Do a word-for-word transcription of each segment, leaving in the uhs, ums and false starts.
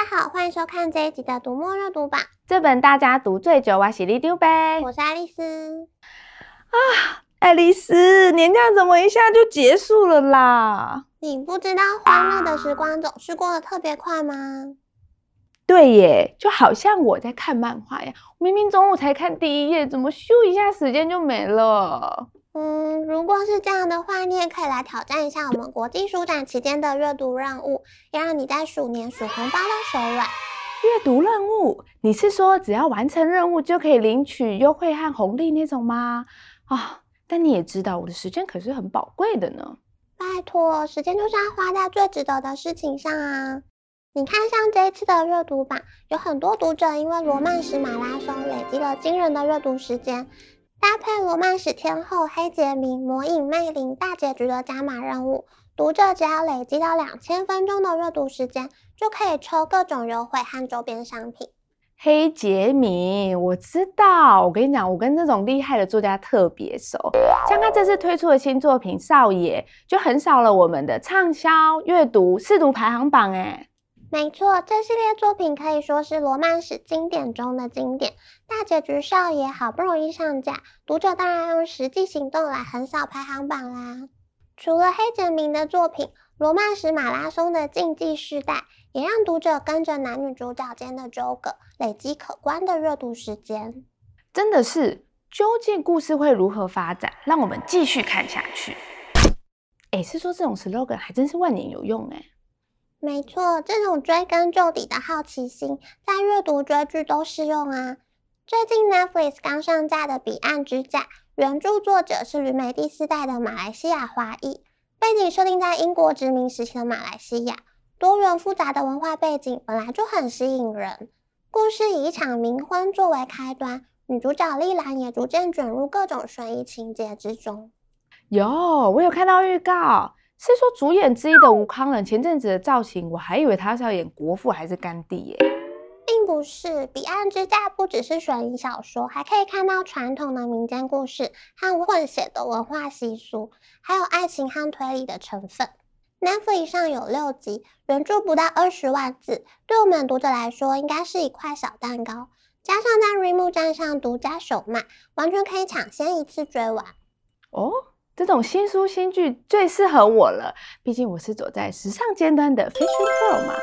家好，欢迎收看这一集的读墨阅读榜。 这本大家读最久，我是李丢呗。 我是爱丽丝。 啊，爱丽丝，年假怎么一下就结束了啦？ 你不知道欢乐的时光总是过得特别快吗？ 对耶，就好像我在看漫画呀，明明中午才看第一页，怎么咻一下时间就没了？ 嗯，如果是这样的话，你也可以来挑战一下我们国际书展期间的阅读任务，要让你在鼠年数红包到手软。 阅读任务？你是说只要完成任务就可以领取优惠和红利那种吗？啊，但你也知道我的时间可是很宝贵的呢。 拜托，时间就是要花在最值得的事情上啊！你看，像这一次的阅读榜，有很多读者因为罗曼史马拉松累积了惊人的阅读时间。搭配罗曼史天后黑洁明、魔影魅灵大结局的加码任务，读者只要累积到两千分钟的阅读时间，就可以抽各种优惠和周边商品。 黑洁明，我知道。我跟你讲，我跟这种厉害的作家特别熟。像他这次推出的新作品《少爷》，就横扫了我们的畅销阅读试读排行榜诶。 没错，这系列作品可以说是罗曼史经典中的经典。大结局少爷好不容易上架，读者当然用实际行动来横扫排行榜啦。除了黑洁明的作品，罗曼史马拉松的竞技世代也让读者跟着男女主角间的纠葛，累积可观的阅读时间。 真的是，究竟故事会如何发展？让我们继续看下去。诶，是说这种 slogan 还真是万年有用诶。 没错，这种追根究底的好奇心，在阅读追剧都适用啊。最近 Netflix 刚上架的《彼岸之嫁》，原著作者是旅美第四代的马来西亚华裔，背景设定在英国殖民时期的马来西亚，多元复杂的文化背景本来就很吸引人。故事以一场冥婚作为开端，女主角丽兰也逐渐卷入各种悬疑情节之中。 有，我有看到预告。是说主演之一的吴康仁前阵子的造型，我还以为他是要演国父还是甘地耶。 并不是，彼岸之嫁不只是悬疑小说，还可以看到传统的民间故事和混血的文化习俗，还有爱情和推理的成分。Netflix 上有六集，原著不到二十万字，对我们读者来说应该是一块小蛋糕。加上在 Readmoo 站上独家首卖，完全可以抢先一次追完。 哦。这种新书新剧最适合我了，毕竟我是走在时尚尖端的 Fashion Girl 嘛。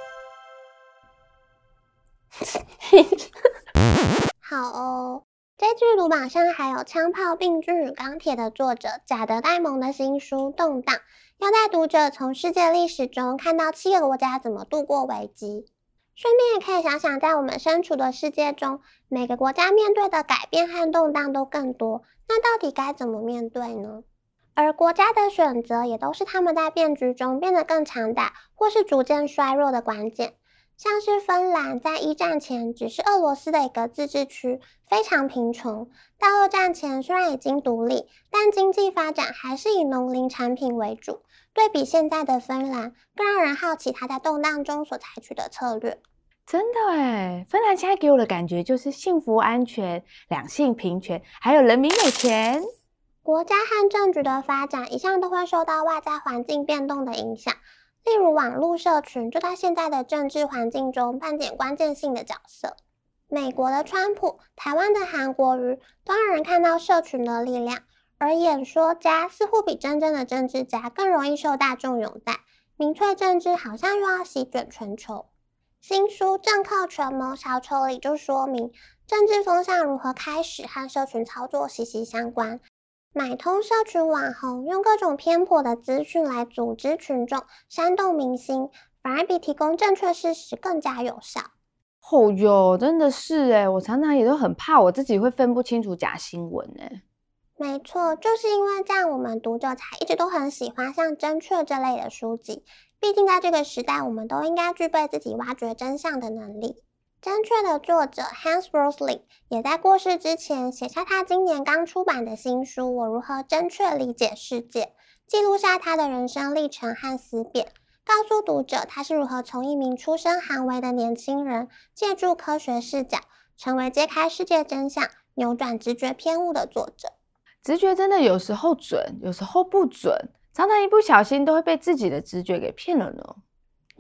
好哦，这剧读榜上还有《枪炮、病菌与钢铁》的作者贾德·戴蒙的新书《动荡》，要带读者从世界历史中看到七个国家怎么度过危机。顺便也可以想想，在我们身处的世界中，每个国家面对的改变和动荡都更多，那到底该怎么面对呢？而国家的选择也都是他们在变局中变得更强大，或是逐渐衰弱的关键。像是芬兰在一战前只是俄罗斯的一个自治区，非常贫穷，到二战前虽然已经独立，但经济发展还是以农林产品为主。对比现在的芬兰，更让人好奇它在动荡中所采取的策略。 真的耶，芬兰现在给我的感觉就是幸福安全、两性平权，还有人民有钱。 国家和政局的发展一向都会受到外在环境变动的影响，例如网络社群就在现在的政治环境中扮演关键性的角色。美国的川普，台湾的韩国瑜，都让人看到社群的力量，而演说家似乎比真正的政治家更容易受大众拥戴，民粹政治好像又要席卷全球。新书《政客权谋小丑》里就说明，政治风向如何开始和社群操作息息相关。买通社群网红，用各种偏颇的资讯来组织群众，煽动民心，反而比提供正确事实更加有效。 哦哟，真的是耶，我常常也都很怕我自己会分不清楚假新闻耶。 没错，就是因为这样，我们读者才一直都很喜欢像真确这类的书籍。毕竟在这个时代，我们都应该具备自己挖掘真相的能力。真确的作者 Hans Rosling 也在过世之前写下他今年刚出版的新书《我如何正确理解世界》，记录下他的人生历程和思辨，告诉读者他是如何从一名出身寒微的年轻人，借助科学视角，成为揭开世界真相、扭转直觉偏误的作者。 直觉真的有时候准，有时候不准，常常一不小心都会被自己的直觉给骗了呢。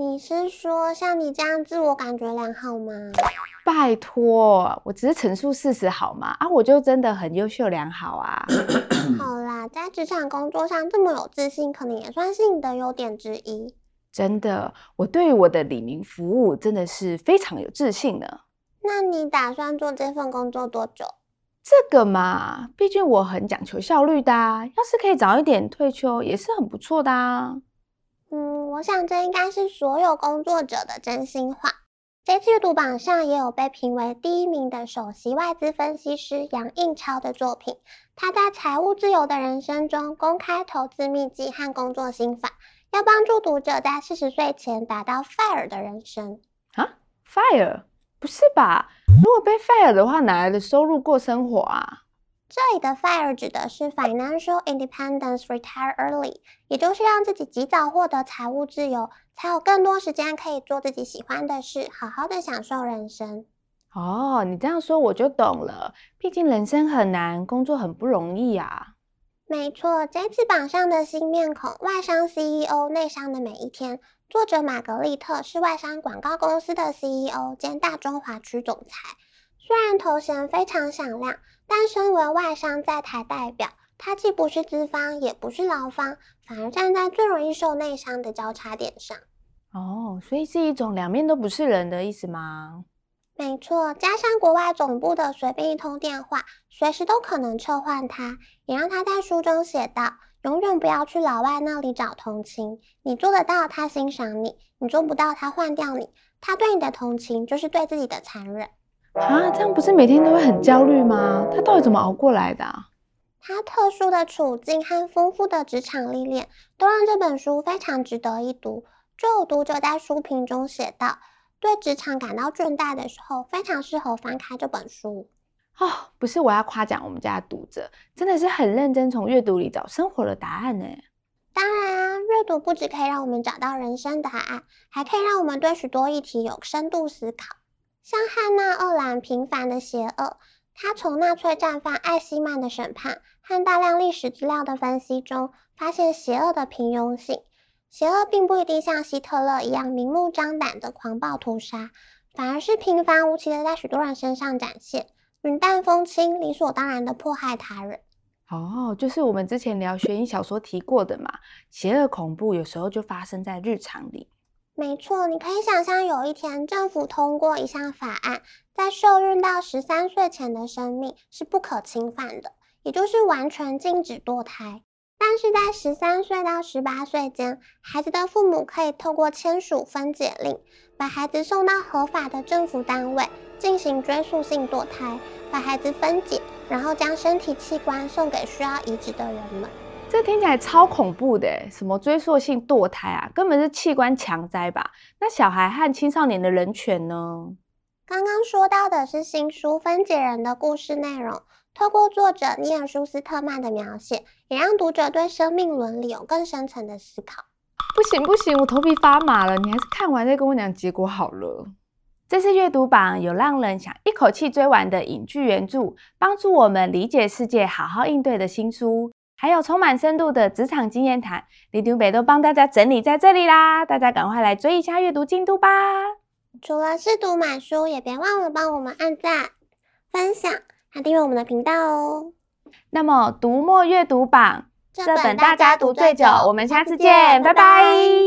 你是说像你这样自我感觉良好吗？ 拜托，我只是陈述事实好吗？啊，我就真的很优秀良好啊。 好啦，在职场工作上这么有自信，可能也算是你的优点之一。 真的，我对于我的里民服务真的是非常有自信呢。 那你打算做这份工作多久？ 这个嘛，毕竟我很讲求效率的啊，要是可以早一点退休，也是很不错的啊。 嗯，我想这应该是所有工作者的真心话。这次阅读榜上也有被评为第一名的首席外资分析师杨应超的作品，他在财务自由的人生中公开投资秘籍和工作心法，要帮助读者在四十岁前达到 fire 的人生。 啊 ，fire？ 不是吧？如果被 fire 的话，哪来的收入过生活啊？ 这里的 fire 指的是 financial independence retire early， 也就是让自己及早获得财务自由，才有更多时间可以做自己喜欢的事，好好的享受人生。 哦，你这样说我就懂了，毕竟人生很难，工作很不容易啊。 没错，这次榜上的新面孔外商 C E O 内商的每一天，作者玛格丽特是外商广告公司的 C E O 兼大中华区总裁。虽然头衔非常响亮，但身为外商在台代表，他既不是资方，也不是劳方，反而站在最容易受内伤的交叉点上。 哦，所以是一种两面都不是人的意思吗？ 没错，加上国外总部的随便一通电话，随时都可能撤换他，也让他在书中写道：永远不要去老外那里找同情，你做得到，他欣赏你；你做不到，他换掉你。他对你的同情，就是对自己的残忍。 啊，这样不是每天都会很焦虑吗？他到底怎么熬过来的啊？ 他特殊的处境和丰富的职场历练，都让这本书非常值得一读。就有读者在书评中写道，对职场感到倦怠的时候，非常适合翻开这本书。 哦，不是，我要夸奖我们家的读者，真的是很认真从阅读里找生活的答案呢。 当然啊，阅读不只可以让我们找到人生答案，还可以让我们对许多议题有深度思考。像汉娜·鄂兰《平凡的邪恶》，他从纳粹战犯艾希曼的审判和大量历史资料的分析中，发现邪恶的平庸性。邪恶并不一定像希特勒一样明目张胆的狂暴屠杀，反而是平凡无奇的在许多人身上展现，云淡风轻，理所当然的迫害他人。 哦，就是我们之前聊悬疑小说提过的嘛，邪恶恐怖有时候就发生在日常里。 没错，你可以想象有一天政府通过一项法案，在受孕到十三岁前的生命是不可侵犯的，也就是完全禁止堕胎。但是在十三岁到十八岁间，孩子的父母可以透过签署分解令，把孩子送到合法的政府单位进行追溯性堕胎，把孩子分解，然后将身体器官送给需要移植的人们。 这听起来超恐怖的，什么追溯性堕胎啊，根本是器官强摘吧？那小孩和青少年的人权呢？ 刚刚说到的是新书《分解人》的故事内容，透过作者尼尔·舒斯特曼的描写，也让读者对生命伦理有更深层的思考。 不行不行，我头皮发麻了，你还是看完再跟我讲结果好了。这次阅读榜有让人想一口气追完的影剧原著，帮助我们理解世界、好好应对的新书，还有充满深度的职场经验谈，李读北都帮大家整理在这里啦，大家赶快来追一下阅读进度吧。 除了试读买书，也别忘了帮我们按赞、分享还订阅我们的频道哦。 那么读墨阅读榜， 这这本大家读最久，我们下次见，拜拜。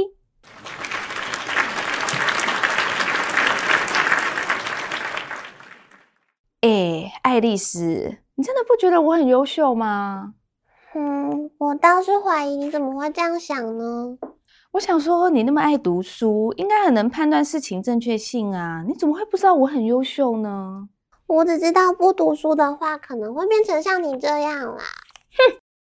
哎，爱丽丝，你真的不觉得我很优秀吗？ 嗯，我倒是怀疑你怎么会这样想呢？ 我想说，你那么爱读书，应该很能判断事情正确性啊，你怎么会不知道我很优秀呢？ 我只知道不读书的话，可能会变成像你这样啦。